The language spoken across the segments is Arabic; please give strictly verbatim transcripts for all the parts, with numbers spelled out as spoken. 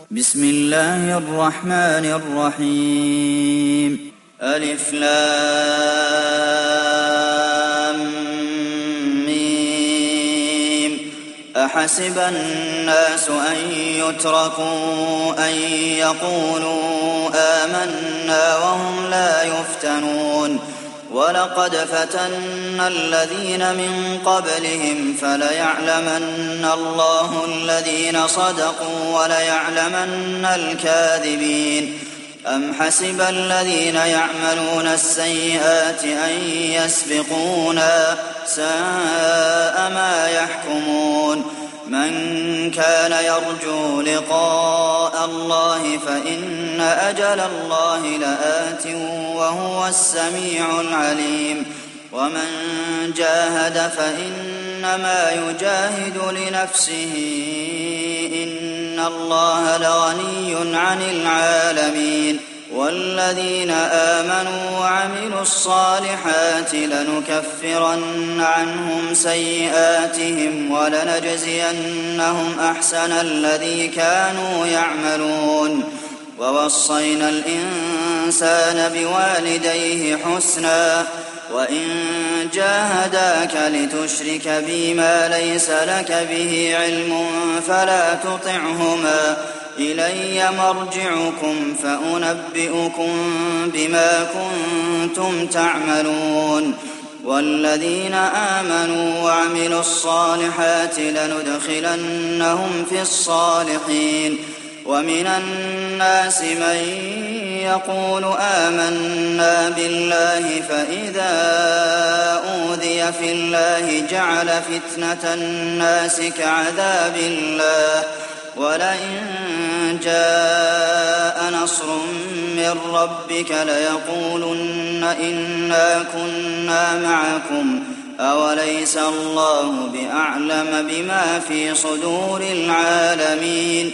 بسم الله الرحمن الرحيم. ألف لام ميم. أحسب الناس أن يتركوا أن يقولوا آمنا وهم لا يفتنون ولقد فتنا الذين من قبلهم فليعلمن الله الذين صدقوا وليعلمن الكاذبين. أم حسب الذين يعملون السيئات أن يسبقونا ساء ما يحكمون. من كان يرجو لقاء الله فإن أجل الله لآت وهو السميع العليم. ومن جاهد فإنما يجاهد لنفسه إن الله لغني عن العالمين. والذين آمنوا وعملوا الصالحات لنكفرن عنهم سيئاتهم ولنجزينهم أحسن الذي كانوا يعملون. ووصينا الإنسان بوالديه حسنا وإن جاهداك لتشرك بي ما ليس لك به علم فلا تطعهما إلي مرجعكم فأنبئكم بما كنتم تعملون. والذين آمنوا وعملوا الصالحات لندخلنهم في الصالحين. ومن الناس من يقول آمنا بالله فإذا أوذي في الله جعل فتنة الناس كعذاب الله ولئن جاء نصر من ربك ليقولن إنا كنا معكم أوليس الله بأعلم بما في صدور العالمين.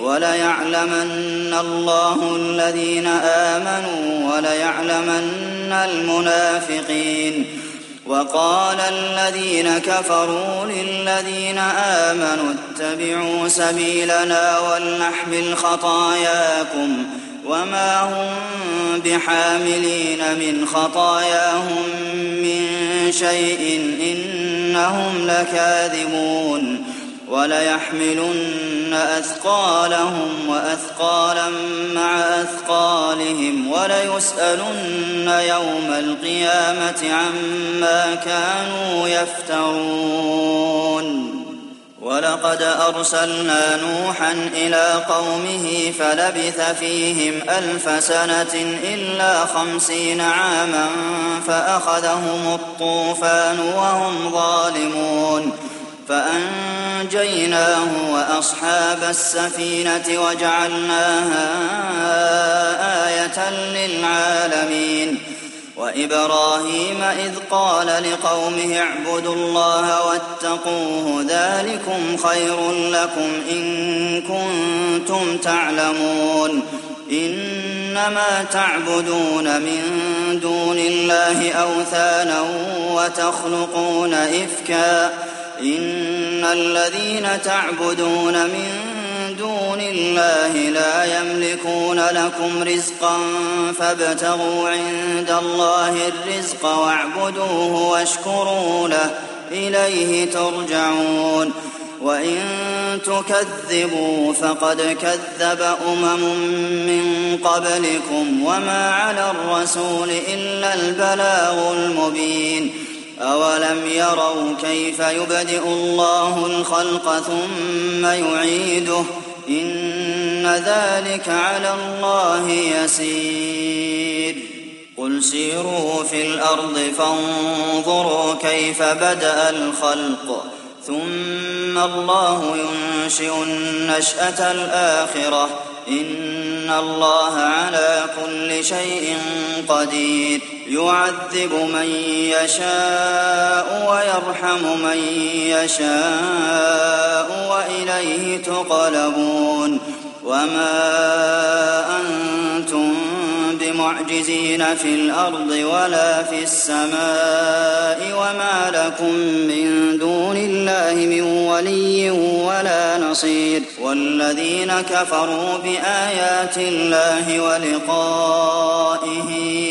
وليعلمن الله الذين آمنوا وليعلمن المنافقين. وقال الذين كفروا للذين آمنوا اتبعوا سبيلنا ولنحمل خطاياكم وما هم بحاملين من خطاياهم من شيء إنهم لكاذبون. وليحملن أثقالهم وأثقالا مع أثقالهم وليسألن يوم القيامة عما كانوا يفترون. ولقد أرسلنا نوحا إلى قومه فلبث فيهم ألف سنة إلا خمسين عاما فأخذهم الطوفان وهم ظالمون فأنجيناه وأصحاب السفينة وجعلناها آية للعالمين. وإبراهيم إذ قال لقومه اعبدوا الله واتقوه ذلكم خير لكم إن كنتم تعلمون. إنما تعبدون من دون الله أوثانا وتخلقون إفكا إن الذين تعبدون من دون الله لا يملكون لكم رزقا فابتغوا عند الله الرزق واعبدوه واشكروا له إليه ترجعون. وإن تكذبوا فقد كذب أمم من قبلكم وما على الرسول إلا البلاغ المبين. أولم يروا كيف يبدئ الله الخلق ثم يعيده إن ذلك على الله يسير. قل سيروا في الأرض فانظروا كيف بدأ الخلق ثم الله ينشئ النشأة الآخرة إن الله على كل شيء قدير. يعذب من يشاء ويرحم من يشاء وإليه تقلبون. وما أنتم بمعجزين معجزين في الأرض ولا في السماء وما لكم من دون الله من ولي ولا نصير والذين كفروا بآيات الله ولقائه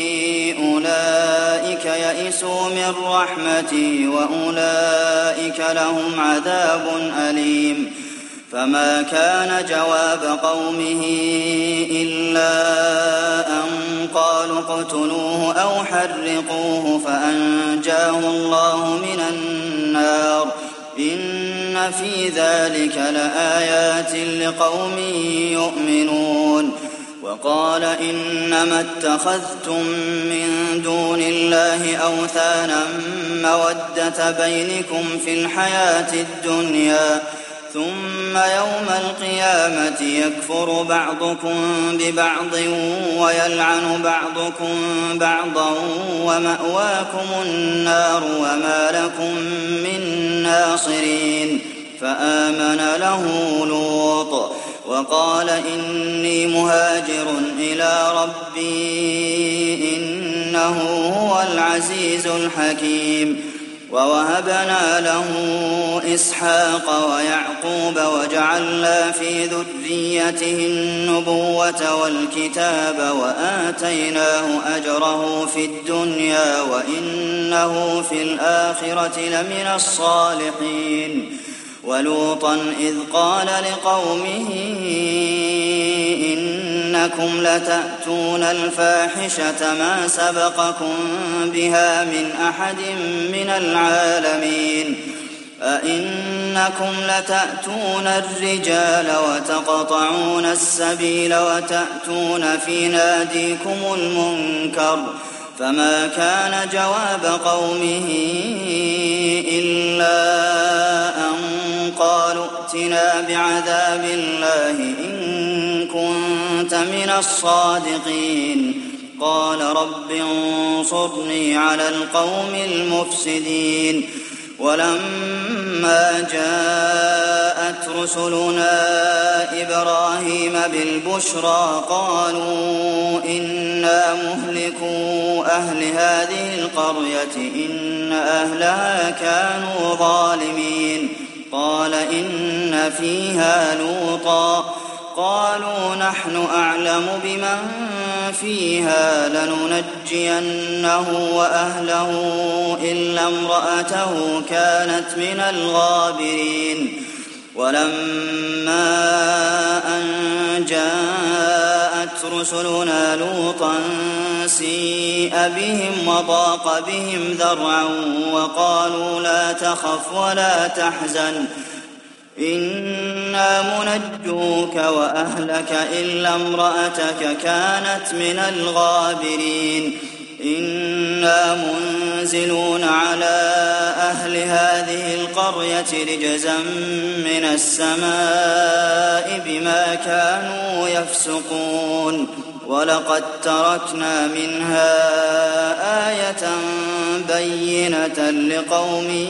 أولئك يئسوا من رحمتي وأولئك لهم عذاب أليم فما كان جواب قومه إلا أن قالوا اقتلوه أو حرقوه فأنجاه الله من النار إن في ذلك لآيات لقوم يؤمنون وقال إنما اتخذتم من دون الله أوثانا مودة بينكم في الحياة الدنيا ثم يوم القيامة يكفر بعضكم ببعض ويلعن بعضكم بعضا ومأواكم النار وما لكم من ناصرين فآمن له لوط وقال إني مهاجر إلى ربي إنه هو العزيز الحكيم ووهبنا له إسحاق ويعقوب وجعلنا في ذريته النبوة والكتاب وآتيناه أجره في الدنيا وإنه في الآخرة لمن الصالحين ولوطا إذ قال لقومه إنكم لتأتون الفاحشة ما سبقكم بها من أحد من العالمين أئنكم لتأتون الرجال وتقطعون السبيل وتأتون في ناديكم المنكر فما كان جواب قومه إلا أن قالوا ائتنا بعذاب الله إن كنت من الصادقين قال رب انصرني على القوم المفسدين ولما جاءت رسلنا إبراهيم بالبشرى قالوا إنا مهلكو أهل هذه القرية إن أهلها كانوا ظالمين قال إن فيها لوطا قالوا نحن أعلم بمن فيها لننجينه وأهله إلا امرأته كانت من الغابرين ولما أن جاءت رسلنا لوطا سيء بهم وضاق بهم ذرعا وقالوا لا تخف ولا تحزن إنا منجوك وأهلك إلا امرأتك كانت من الغابرين إنا منزلون على أهل هذه القرية رجزا من السماء بما كانوا يفسقون ولقد تركنا منها آية بينة لقوم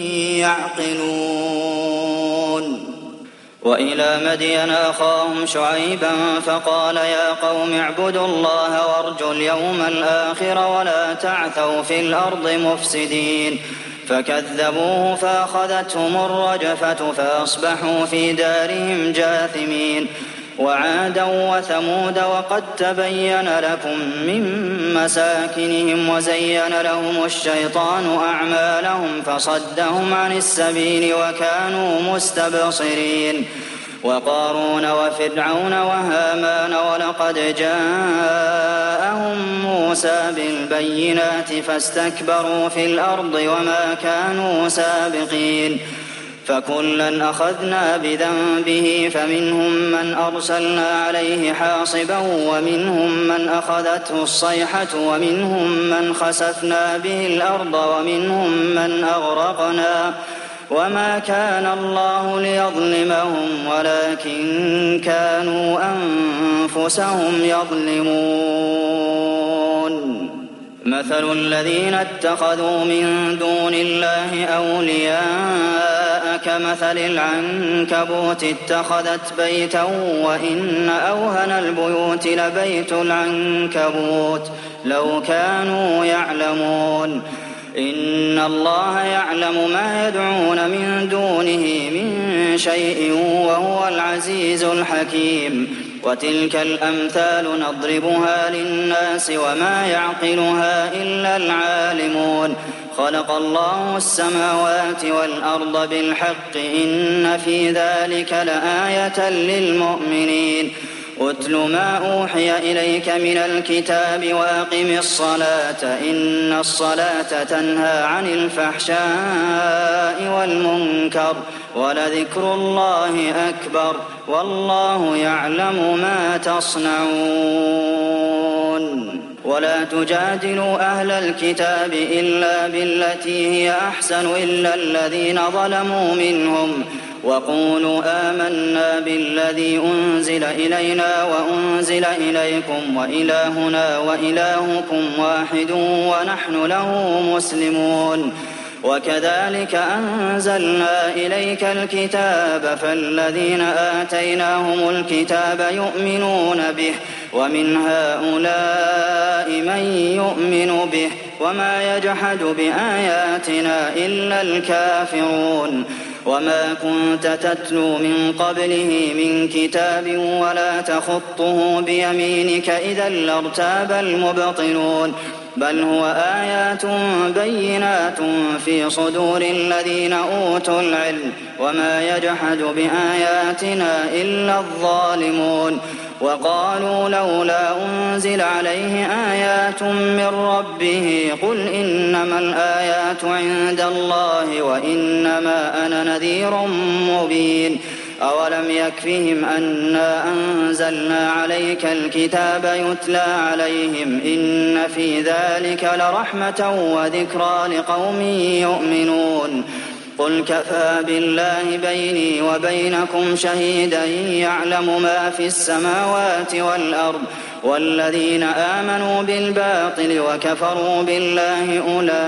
يعقلون وإلى مدين أخاهم شعيبا فقال يا قوم اعبدوا الله وارجوا اليوم الآخر ولا تعثوا في الأرض مفسدين فكذبوه فأخذتهم الرجفة فأصبحوا في دارهم جاثمين وعادا وثمود وقد تبين لكم من مساكنهم وزين لهم الشيطان أعمالهم فصدهم عن السبيل وكانوا مستبصرين وقارون وفرعون وهامان ولقد جاءهم موسى بالبينات فاستكبروا في الأرض وما كانوا سابقين فكلا أخذنا بذنبه فمنهم من أرسلنا عليه حاصبا ومنهم من أخذته الصيحة ومنهم من خسفنا به الأرض ومنهم من أغرقنا وما كان الله ليظلمهم ولكن كانوا أنفسهم يظلمون مثل الذين اتخذوا من دون الله أولياء كمثل العنكبوت اتخذت بيتا وإن أوهن البيوت لبيت العنكبوت لو كانوا يعلمون إن الله يعلم ما يدعون من دونه من شيء وهو العزيز الحكيم وتلك الأمثال نضربها للناس وما يعقلها إلا العالمون خلق الله السماوات والأرض بالحق إن في ذلك لآية للمؤمنين أتل ما أوحي إليك من الكتاب وأقم الصلاة إن الصلاة تنهى عن الفحشاء والمنكر ولذكر الله أكبر والله يعلم ما تصنعون ولا تجادلوا أهل الكتاب إلا بالتي هي أحسن إلا الذين ظلموا منهم وقولوا آمنا بالذي أنزل إلينا وأنزل إليكم وإلهنا وإلهكم واحد ونحن له مسلمون وكذلك أنزلنا إليك الكتاب فالذين آتيناهم الكتاب يؤمنون به ومن هؤلاء من يؤمن به وما يجحد بآياتنا إلا الكافرون وما كنت تتلو من قبله من كتاب ولا تخطه بيمينك إذا لارتاب المبطلون بل هو آيات بينات في صدور الذين أوتوا العلم وما يجحد بآياتنا إلا الظالمون وقالوا لولا أنزل عليه آيات من ربه قل إنما الآيات عند الله وإنما أنا نذير مبين أولم يكفهم أنا أنزلنا عليك الكتاب يتلى عليهم إن في ذلك لرحمة وذكرى لقوم يؤمنون قل كفى بالله بيني وبينكم شهيدا يعلم ما في السماوات والأرض والذين آمنوا بالباطل وكفروا بالله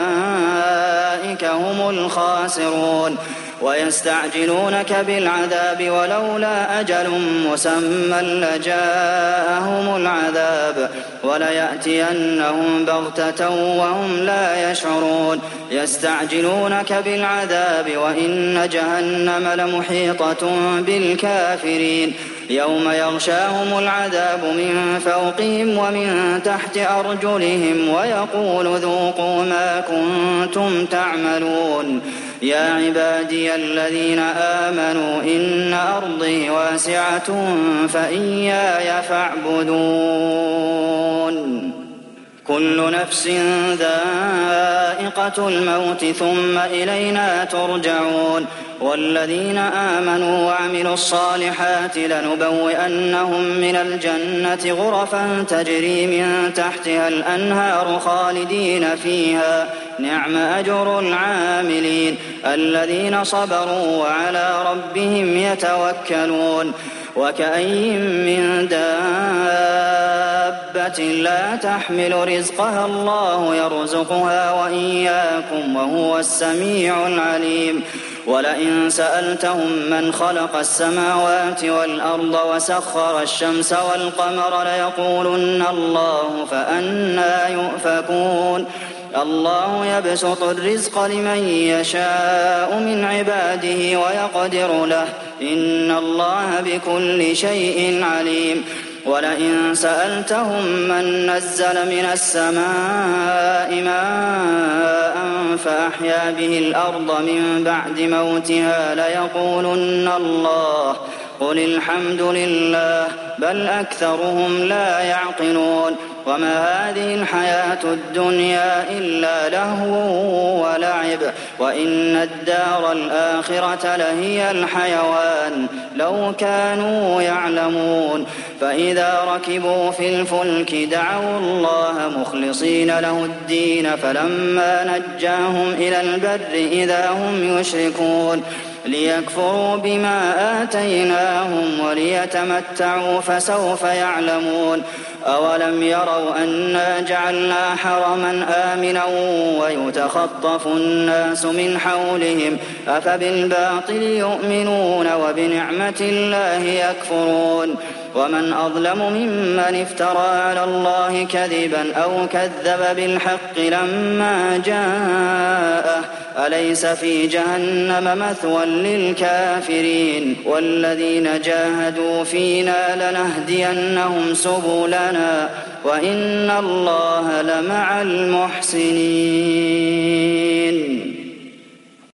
أولئك هم الخاسرون ويستعجلونك بالعذاب ولولا أجل مسمى لجاءهم العذاب وليأتينهم بغتة وهم لا يشعرون يستعجلونك بالعذاب وإن جهنم لمحيطة بالكافرين يوم يغشاهم العذاب من فوقهم ومن تحت أرجلهم ويقول ذوقوا ما كنتم تعملون يا عبادي الذين آمنوا إن أرضي واسعة فإياي فاعبدون كل نفس ذائقة الموت ثم إلينا ترجعون والذين آمنوا وعملوا الصالحات لنبوئنهم من الجنة غرفا تجري من تحتها الأنهار خالدين فيها نعم أجر العاملين الذين صبروا وعلى ربهم يتوكلون وكأين من دابة لا تحمل رزقها الله يرزقها وإياكم وهو السميع العليم ولئن سألتهم من خلق السماوات والأرض وسخر الشمس والقمر ليقولن الله فأنى يؤفكون الله يبسط الرزق لمن يشاء من عباده ويقدر له إن الله بكل شيء عليم ولئن سألتهم من نزل من السماء ماء فأحيا به الأرض من بعد موتها ليقولن الله قل الحمد لله بل أكثرهم لا يعقلون وما هذه الحياة الدنيا إلا لهو ولعب وإن الدار الآخرة لهي الحيوان لو كانوا يعلمون فإذا ركبوا في الفلك دعوا الله مخلصين له الدين فلما نجاهم إلى البر إذا هم يشركون ليكفروا بما آتيناهم وليتمتعوا فسوف يعلمون أولم يروا أنا جعلنا حرما آمنا ويتخطف الناس من حولهم أفبالباطل يؤمنون وبنعمة الله يكفرون ومن أظلم ممن افترى على الله كذبا أو كذب بالحق لما جاءه أليس في جهنم مثوى للكافرين والذين جاهدوا فينا لنهدينهم سبلنا وإن الله لمع المحسنين